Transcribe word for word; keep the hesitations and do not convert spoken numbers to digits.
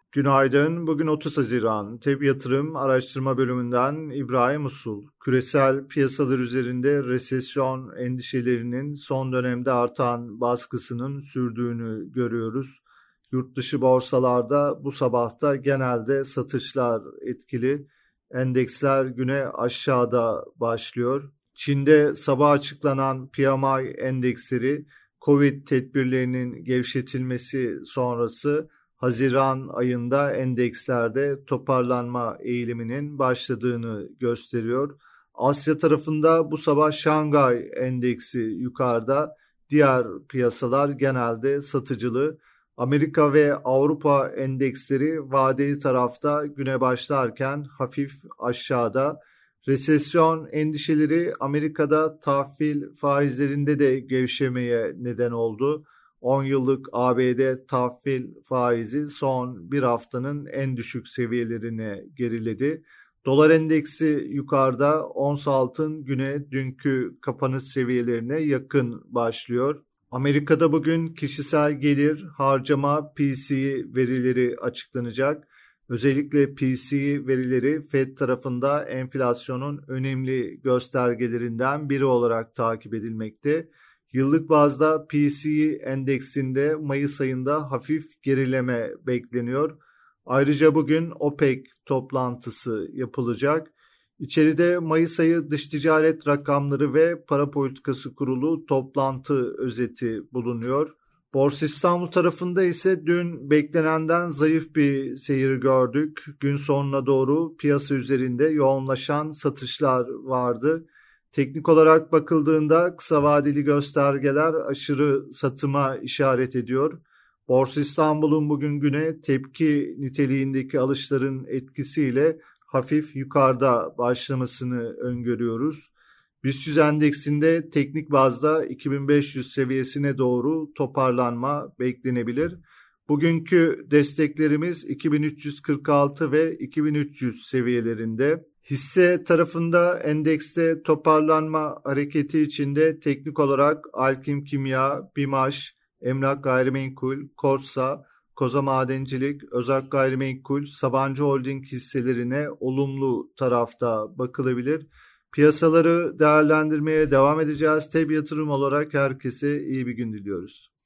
Günaydın. Bugün otuz Haziran. T E B Yatırım Araştırma Bölümünden İbrahim Usul. Küresel piyasalar üzerinde resesyon endişelerinin son dönemde artan baskısının sürdüğünü görüyoruz. Yurt dışı borsalarda bu sabahta genelde satışlar etkili. Endeksler güne aşağıda başlıyor. Çin'de sabah açıklanan P M I endeksleri Covid tedbirlerinin gevşetilmesi sonrası Haziran ayında endekslerde toparlanma eğiliminin başladığını gösteriyor. Asya tarafında bu sabah Şangay endeksi yukarıda, diğer piyasalar genelde satıcılı. Amerika ve Avrupa endeksleri vadeli tarafta güne başlarken hafif aşağıda. Resesyon endişeleri Amerika'da tahvil faizlerinde de gevşemeye neden oldu. on yıllık A B D tahvil faizi son bir haftanın en düşük seviyelerine geriledi. Dolar endeksi yukarıda, ons altın güne dünkü kapanış seviyelerine yakın başlıyor. Amerika'da bugün kişisel gelir, harcama, P C E verileri açıklanacak. Özellikle P C E verileri Fed tarafında enflasyonun önemli göstergelerinden biri olarak takip edilmekte. Yıllık bazda P C E endeksinde Mayıs ayında hafif gerileme bekleniyor. Ayrıca bugün OPEC toplantısı yapılacak. İçeride Mayıs ayı dış ticaret rakamları ve para politikası kurulu toplantı özeti bulunuyor. Borsa İstanbul tarafında ise dün beklenenden zayıf bir seyir gördük. Gün sonuna doğru piyasa üzerinde yoğunlaşan satışlar vardı. Teknik olarak bakıldığında kısa vadeli göstergeler aşırı satıma işaret ediyor. Borsa İstanbul'un bugün güne tepki niteliğindeki alışların etkisiyle hafif yukarıda başlamasını öngörüyoruz. BIST yüz endeksinde teknik bazda iki bin beş yüz seviyesine doğru toparlanma beklenebilir. Bugünkü desteklerimiz iki bin üç yüz kırk altı ve iki bin üç yüz seviyelerinde. Hisse tarafında endekste toparlanma hareketi içinde teknik olarak Alkim Kimya, BİMAŞ, Emlak Gayrimenkul, Korsa, Koza Madencilik, Özak Gayrimenkul, Sabancı Holding hisselerine olumlu tarafta bakılabilir. Piyasaları değerlendirmeye devam edeceğiz. T E B Yatırım olarak herkese iyi bir gün diliyoruz.